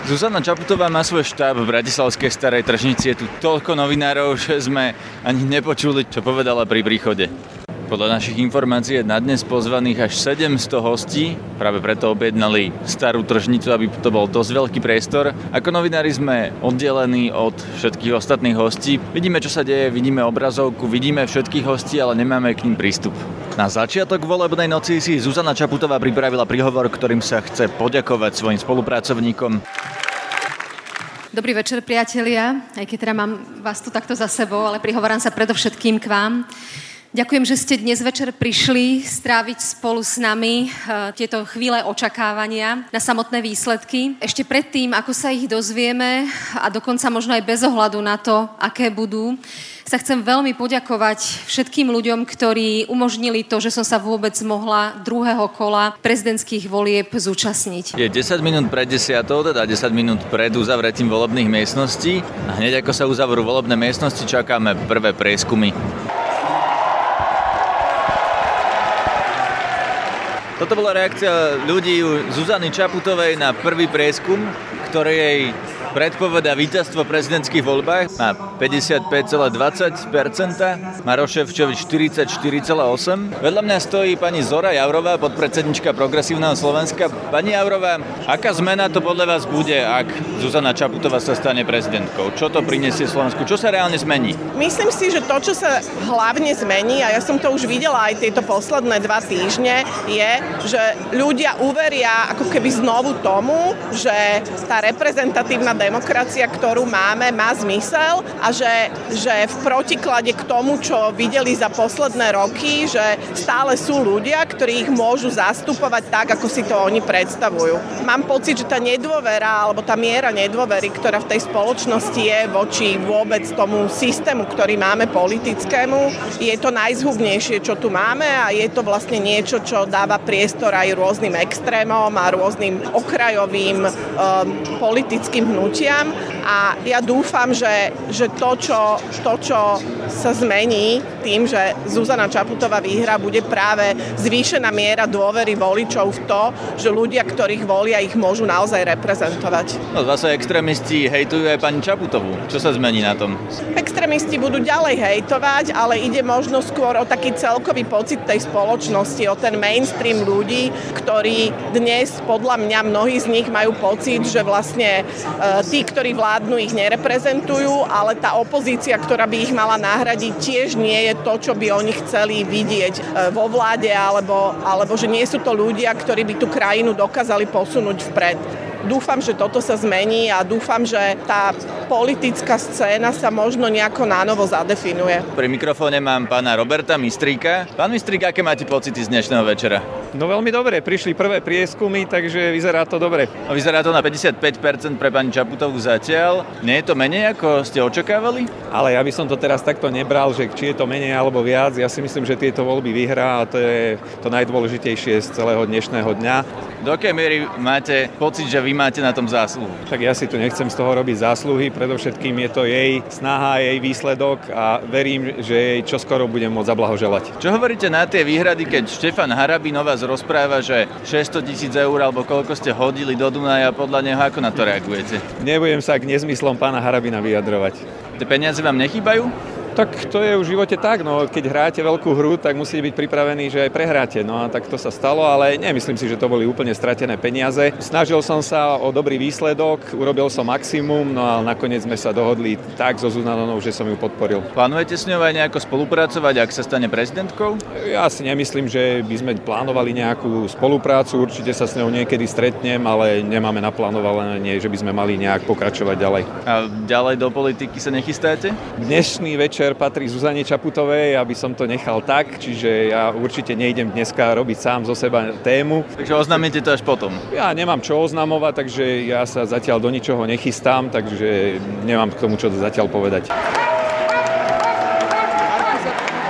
Zuzana Čaputová má svoj štáb v bratislavskej Starej tržnici. Je tu toľko novinárov, že sme ani nepočuli, čo povedala pri príchode. Podľa našich informácií je na dnes pozvaných až 700 hostí. Práve preto objednali Starú tržnicu, aby to bol dosť veľký priestor. Ako novinári sme oddelení od všetkých ostatných hostí. Vidíme, čo sa deje, vidíme obrazovku, vidíme všetkých hostí, ale nemáme k ním prístup. Na začiatok volebnej noci si Zuzana Čaputová pripravila príhovor, ktorým sa chce poďakovať svojim spolupracovníkom. Dobrý večer, priatelia, aj keď teda mám vás tu takto za sebou, ale prihovorám sa predovšetkým k vám. Ďakujem, že ste dnes večer prišli stráviť spolu s nami tieto chvíle očakávania na samotné výsledky. Ešte predtým, ako sa ich dozvieme a dokonca možno aj bez ohľadu na to, aké budú, sa chcem veľmi poďakovať všetkým ľuďom, ktorí umožnili to, že som sa vôbec mohla druhého kola prezidentských volieb zúčastniť. Je 10 minút pred 10, teda 10 minút pred uzavretím volebných miestností. A hneď ako sa uzavrú volebné miestnosti, čakáme prvé prieskumy. Toto bola reakcia ľudí Zuzany Čaputovej na prvý prieskum, ktorý jej predpovedá víťazstvo v prezidentských voľbách. Má 55,20%, Maroš Šefčovič 44,8%. Vedľa mňa stojí pani Zora Javrová, podpredsednička Progresívneho Slovenska. Pani Javrová, aká zmena to podľa vás bude, ak Zuzana Čaputová sa stane prezidentkou? Čo to prinesie Slovensku? Čo sa reálne zmení? Myslím si, že to, čo sa hlavne zmení, a ja som to už videla aj tieto posledné 2 týždne, je, že ľudia uveria ako keby znovu tomu, že tá reprezentatívna demokracia, ktorú máme, má zmysel a že v protiklade k tomu, čo videli za posledné roky, že stále sú ľudia, ktorí ich môžu zastupovať tak, ako si to oni predstavujú. Mám pocit, že tá nedôvera alebo tá miera nedôvery, ktorá v tej spoločnosti je voči vôbec tomu systému, ktorý máme politickému, je to najzhubnejšie, čo tu máme a je to vlastne niečo, čo dáva priestor aj rôznym extrémom a rôznym okrajovým politickým hnutiam a ja dúfam, že to, čo sa zmení tým, že Zuzana Čaputová vyhrá, bude práve zvýšená miera dôvery voličov v to, že ľudia, ktorých volia, ich môžu naozaj reprezentovať. No zase extrémisti hejtujú aj pani Čaputovú. Čo sa zmení na tom? Extrémisti budú ďalej hejtovať, ale ide možno skôr o taký celkový pocit tej spoločnosti, o ten mainstream ľudí, ktorí dnes, podľa mňa, mnohí z nich majú pocit, že vlastne tí, ktorí vládnu, ich nereprezentujú, ale tá opozícia, ktorá by ich mala nahradiť, tiež nie je to, čo by oni chceli vidieť vo vláde, alebo že nie sú to ľudia, ktorí by tú krajinu dokázali posunúť vpred. Dúfam, že toto sa zmení a dúfam, že tá politická scéna sa možno nejako nánovo zadefinuje. Pri mikrofóne mám pána Roberta Mistríka. Pán Mistrík, aké máte pocity z dnešného večera? No veľmi dobre, prišli prvé prieskumy, takže vyzerá to dobre. No, vyzerá to na 55% pre pani Čaputovú zatiaľ. Nie je to menej, ako ste očakávali? Ale ja by som to teraz takto nebral, že či je to menej alebo viac. Ja si myslím, že tieto voľby vyhrá a to je to najdôležitejšie z celého dnešného dňa. Do akej miery máte pocit, že vy máte na tom zásluhu? Tak ja si tu nechcem z toho robiť zásluhy, predovšetkým je to jej snaha, jej výsledok a verím, že jej čoskoro budem môcť zablahoželať. Čo hovoríte na tie výhrady, keď Štefan Harabin o vás rozpráva, že 600 000 eur alebo koľko ste hodili do Dunaja, podľa neho ako na to reagujete? Nebudem sa k nezmyslom pána Harabina vyjadrovať. Tie peniaze vám nechýbajú? Tak to je v živote tak, no keď hráte veľkú hru, tak musíte byť pripravení, že aj prehráte. No a tak to sa stalo, ale nemyslím si, že to boli úplne stratené peniaze. Snažil som sa o dobrý výsledok, urobil som maximum, no a nakoniec sme sa dohodli tak so Zuzanou, že som ju podporil. Plánujete s ňou aj nejako spolupracovať, ak sa stane prezidentkou? Ja si nemyslím, že by sme plánovali nejakú spoluprácu, určite sa s ňou niekedy stretnem, ale nemáme naplánované, že by sme mali nejak pokračovať ďalej. A ďalej do politiky sa nechystáte? Dnešný večer patrí Zuzane Čaputovej, aby som to nechal tak, čiže ja určite nejdem dneska robiť sám zo seba tému. Takže oznámite to až potom? Ja nemám čo oznamovať, takže ja sa zatiaľ do ničoho nechystám, takže nemám k tomu čo zatiaľ povedať.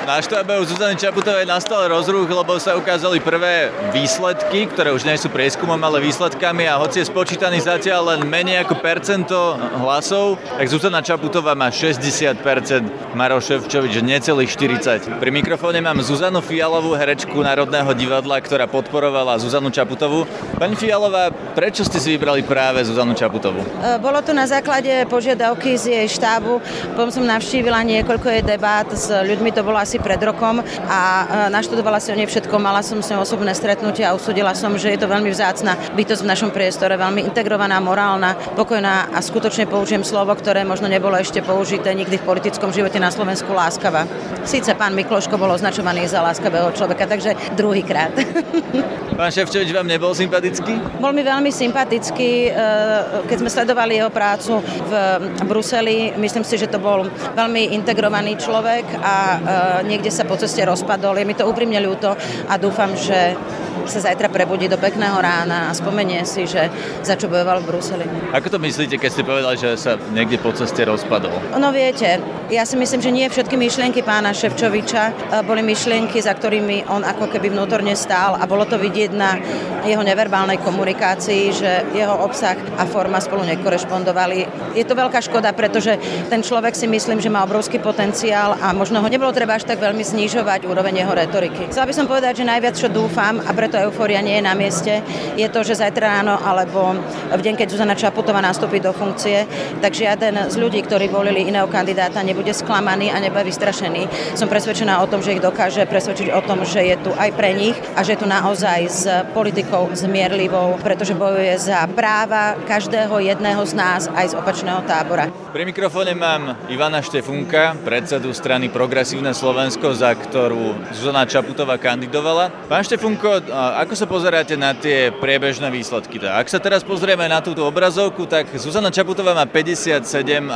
Na štábe u Zuzany Čaputovej nastal rozruch, lebo sa ukázali prvé výsledky, ktoré už nie sú prieskumom, ale výsledkami a hoci je spočítaný zatiaľ len menej ako percento hlasov, tak Zuzana Čaputová má 60%, Maroš Šefčovič necelých 40%. Pri mikrofóne mám Zuzanu Fialovú, herečku Národného divadla, ktorá podporovala Zuzanu Čaputovú. Pani Fialová, prečo ste si vybrali práve Zuzanu Čaputovú? Bolo to na základe požiadavky z jej štábu, potom som navštívila niekoľko jej debát s ľuďmi, to bolo asi pred rokom a naštudovala si o nej všetko, mala som s ňou osobné stretnutie a usúdila som, že je to veľmi vzácna bytosť v našom priestore, veľmi integrovaná, morálna, pokojná a skutočne použijem slovo, ktoré možno nebolo ešte použité nikdy v politickom živote na Slovensku, láskava. Síce pán Mikloško bol označovaný za láskavého človeka, takže druhýkrát. Pán Šefčovič vám nebol sympatický? Bol mi veľmi sympatický, keď sme sledovali jeho prácu v Bruseli. Myslím si, že to bol veľmi integrovaný človek a niekde sa po ceste rozpadol. Je mi to úprimne ľúto a dúfam, že sa zajtra prebudí do pekného rána a spomenie si, že za čo bojoval v Bruseli. Ako to myslíte, keď ste povedali, že sa niekde po ceste rozpadol? No viete, ja si myslím, že nie všetky myšlienky pána Šefčoviča boli myšlienky, za ktorými on ako keby vnútorne stál a bolo to vidieť na jeho neverbálnej komunikácii, že jeho obsah a forma spolu nekorešpondovali. Je to veľká škoda, pretože ten človek si myslím, že má obrovský potenciál a možno ho nebolo treba až tak veľmi znižovať úroveň jeho retoriky. Chcela by som povedať, že najviac, čo dúfam, a preto eufória nie je na mieste, je to, že zajtra ráno alebo v deň, keď Zuzana Čaputová nastúpi do funkcie, tak žiaden z ľudí, ktorí volili iného kandidáta, nebude sklamaný a nebude vystrašený. Som presvedčená o tom, že ich dokáže presvedčiť o tom, že je tu aj pre nich a že je tu naozaj s politikou zmierlivou, pretože bojuje za práva každého jedného z nás aj z opačného tábora. Pri mikrofóne mám Ivana Štefunka, predsedu strany Progresívne Slovensko, za ktorú Zuzana Čaputová kandidovala. Pán Štefunko, ako sa pozeráte na tie priebežné výsledky? Ak sa teraz pozrieme na túto obrazovku, tak Zuzana Čaputová má 57,5%.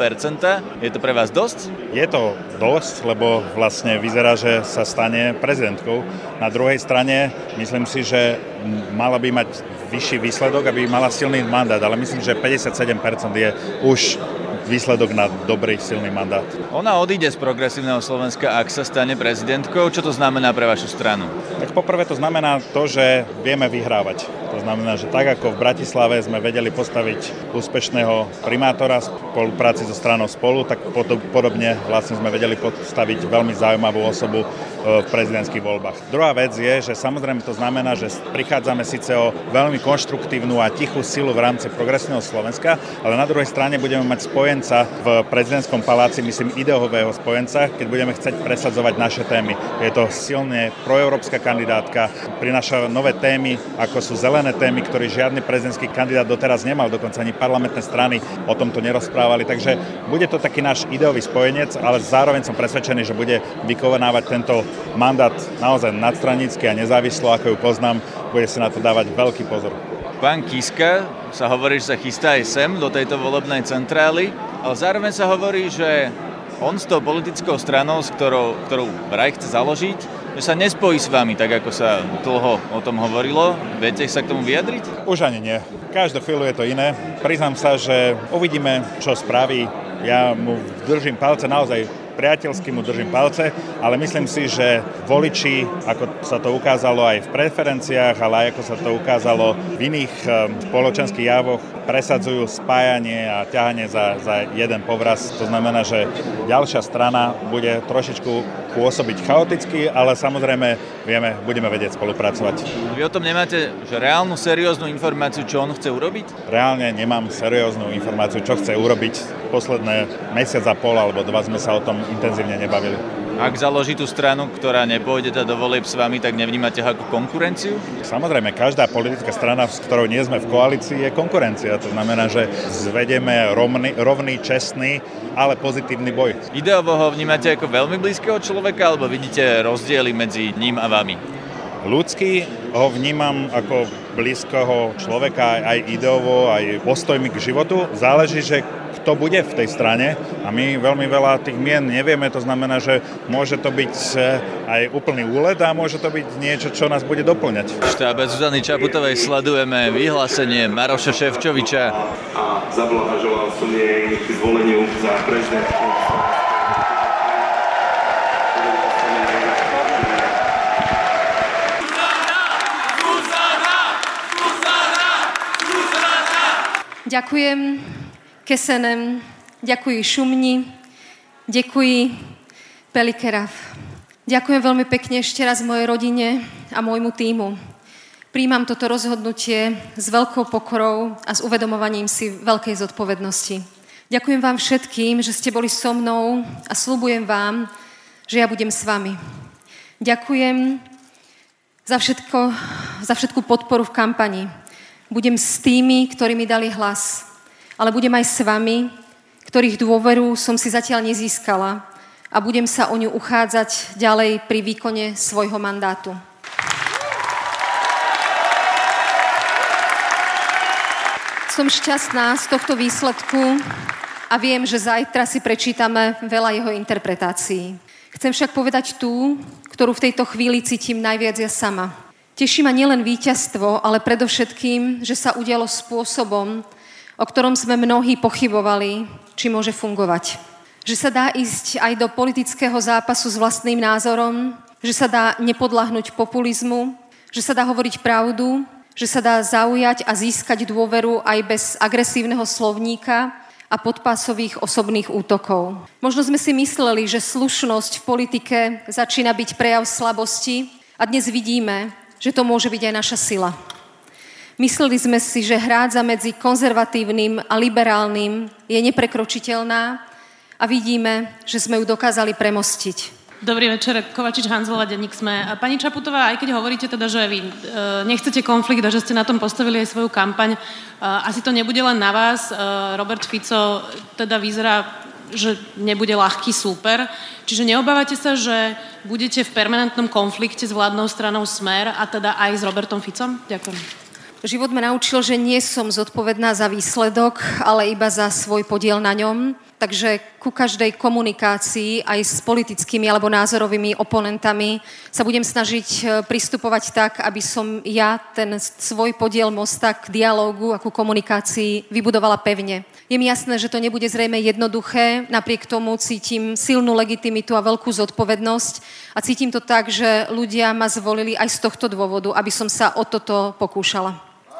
Je to pre vás dosť? Je to dosť, lebo vlastne vyzerá, že sa stane prezidentkou. Na druhej strane myslím si, že mala by mať vyšší výsledok, aby mala silný mandát, ale myslím, že 57% je už výsledok na dobrý, silný mandát. Ona odíde z Progresívneho Slovenska, ak sa stane prezidentkou. Čo to znamená pre vašu stranu? Tak poprvé to znamená to, že vieme vyhrávať. To znamená, že tak ako v Bratislave sme vedeli postaviť úspešného primátora v spolupráci so stranou Spolu, tak podobne vlastne sme vedeli postaviť veľmi zaujímavú osobu v prezidentských voľbách. Druhá vec je, že samozrejme to znamená, že prichádzame síce o veľmi konštruktívnu a tichú silu v rámci Progresívneho Slovenska, ale na druhej strane budeme mať spojenca v prezidentskom paláci, myslím ideového spojenca, keď budeme chcieť presadzovať naše témy. Je to silne proeurópska kandidátka, prináša nové témy, ako sú zelené témy, ktoré žiadny prezidentský kandidát doteraz nemal, dokonca ani parlamentné strany o tomto nerozprávali, takže bude to taký náš ideový spojenec, ale zároveň som presvedčený, že bude vykonávať tento mandát naozaj nadstranický a nezávislo, ako ju poznám, bude si na to dávať veľký pozor. Pán Kiska sa hovorí, že sa chystá aj sem do tejto volebnej centrály, ale zároveň sa hovorí, že on s tou politickou stranou, ktorú vraj chce založiť, že sa nespojí s vami, tak ako sa dlho o tom hovorilo. Viete sa k tomu vyjadriť? Už ani nie. Každú chvíľu je to iné. Priznám sa, že uvidíme, čo spraví. Ja mu držím palce, naozaj priateľsky mu držím palce, ale myslím si, že voliči, ako sa to ukázalo aj v preferenciách, ale aj ako sa to ukázalo v iných spoločenských javoch, presadzujú spájanie a ťahanie za jeden povraz. To znamená, že ďalšia strana bude trošičku pôsobiť chaoticky, ale samozrejme budeme vedieť spolupracovať. Vy o tom nemáte že reálnu, serióznu informáciu, čo on chce urobiť? Reálne nemám serióznu informáciu, čo chce urobiť. Posledné mesiac a pol alebo 2 sme sa o tom intenzívne nebavili. Ak založí tú stranu, ktorá nepôjde do volieb s vami, tak nevnímate ho ako konkurenciu? Samozrejme, každá politická strana, s ktorou nie sme v koalícii, je konkurencia. To znamená, že zvedieme rovný, čestný, ale pozitívny boj. Ideovo ho vnímate ako veľmi blízkeho človeka, alebo vidíte rozdiely medzi ním a vami? Ľudský ho vnímam ako blízkeho človeka, aj ideovo, aj postojmi k životu. Záleží, že kto bude v tej strane a my veľmi veľa tých mien nevieme, to znamená, že môže to byť aj úplný úlet a môže to byť niečo, čo nás bude doplňať. V štábe Zuzany Čaputovej sledujeme vyhlásenie Maroša Šefčoviča. A zablahoželal som jej k zvoleniu za prezidentku. Ďakujem Kesenem, ďakujem Šumni, ďakujem Pelikerav. Ďakujem veľmi pekne ešte raz mojej rodine a môjmu tímu. Príjmam toto rozhodnutie s veľkou pokorou a s uvedomovaním si veľkej zodpovednosti. Ďakujem vám všetkým, že ste boli so mnou a sľubujem vám, že ja budem s vami. Ďakujem za všetku podporu v kampani. Budem s tými, ktorí mi dali hlas, ale budem aj s vami, ktorých dôveru som si zatiaľ nezískala a budem sa o ňu uchádzať ďalej pri výkone svojho mandátu. Som šťastná z tohto výsledku a viem, že zajtra si prečítame veľa jeho interpretácií. Chcem však povedať tú, ktorú v tejto chvíli cítim najviac ja sama. Teší ma nielen víťazstvo, ale predovšetkým, že sa udialo spôsobom, o ktorom sme mnohí pochybovali, či môže fungovať. Že sa dá ísť aj do politického zápasu s vlastným názorom, že sa dá nepodľahnúť populizmu, že sa dá hovoriť pravdu, že sa dá zaujať a získať dôveru aj bez agresívneho slovníka a podpásových osobných útokov. Možno sme si mysleli, že slušnosť v politike začína byť prejav slabosti a dnes vidíme, že to môže byť aj naša sila. Mysleli sme si, že hrádza medzi konzervatívnym a liberálnym je neprekročiteľná a vidíme, že sme ju dokázali premostiť. Dobrý večer, Kovačič Hanzelová, denník SME. Pani Čaputová, aj keď hovoríte teda, že vy nechcete konflikt a že ste na tom postavili aj svoju kampaň, asi to nebude len na vás. Robert Fico teda vyzerá, že nebude ľahký súper. Čiže neobávate sa, že budete v permanentnom konflikte s vládnou stranou Smer a teda aj s Robertom Ficom? Ďakujem. Život ma naučil, že nie som zodpovedná za výsledok, ale iba za svoj podiel na ňom. Takže ku každej komunikácii aj s politickými alebo názorovými oponentami sa budem snažiť pristupovať tak, aby som ja ten svoj podiel mosta k dialógu a ku komunikácii vybudovala pevne. Je mi jasné, že to nebude zrejme jednoduché, napriek tomu cítim silnú legitimitu a veľkú zodpovednosť a cítim to tak, že ľudia ma zvolili aj z tohto dôvodu, aby som sa o toto pokúšala.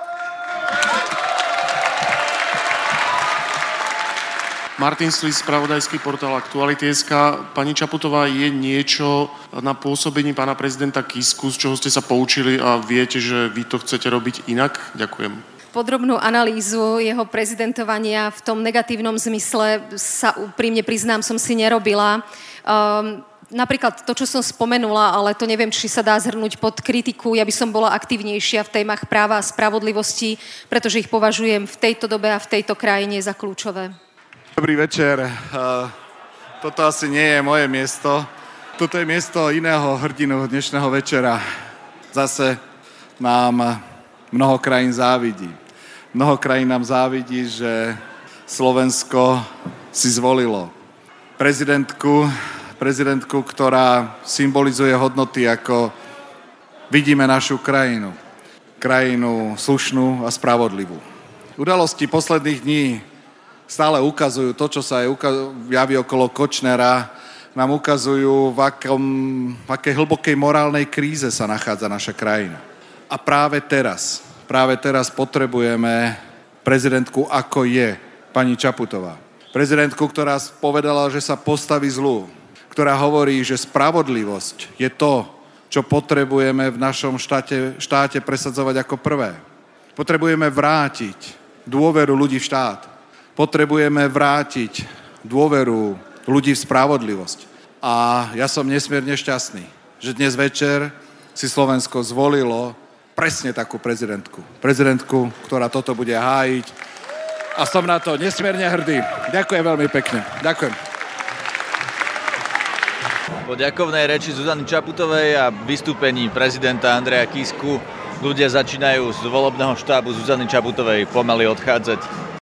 Martin Slis, spravodajský portál Aktuality.sk. Pani Čaputová, je niečo na pôsobení pána prezidenta Kisku, z čoho ste sa poučili a viete, že vy to chcete robiť inak? Ďakujem. Podrobnú analýzu jeho prezidentovania v tom negatívnom zmysle sa úprimne priznám, som si nerobila. Napríklad to, čo som spomenula, ale to neviem, či sa dá zhrnúť pod kritiku. Ja by som bola aktívnejšia v témach práva a spravodlivosti, pretože ich považujem v tejto dobe a v tejto krajine za kľúčové. Dobrý večer. Toto asi nie je moje miesto. Toto je miesto iného hrdinu dnešného večera. Zase nám mnoho krajín závidí. Mnoho krajín nám závidí, že Slovensko si zvolilo prezidentku, ktorá symbolizuje hodnoty, ako vidíme našu krajinu. Krajinu slušnú a spravodlivú. Udalosti posledných dní stále ukazujú to, čo sa aj javí okolo Kočnera, nám ukazujú, v akej hlbokej morálnej kríze sa nachádza naša krajina. A práve teraz potrebujeme prezidentku, ako je pani Čaputová. Prezidentku, ktorá povedala, že sa postaví zlu, ktorá hovorí, že spravodlivosť je to, čo potrebujeme v našom štáte presadzovať ako prvé. Potrebujeme vrátiť dôveru ľudí v štát. Potrebujeme vrátiť dôveru ľudí v spravodlivosť. A ja som nesmierne šťastný, že dnes večer si Slovensko zvolilo presne takú prezidentku. Prezidentku, ktorá toto bude hájiť. A som na to nesmierne hrdý. Ďakujem veľmi pekne. Ďakujem. Po ďakovnej reči Zuzany Čaputovej a vystúpení prezidenta Andreja Kisku ľudia začínajú z volebného štábu Zuzany Čaputovej pomaly odchádzať.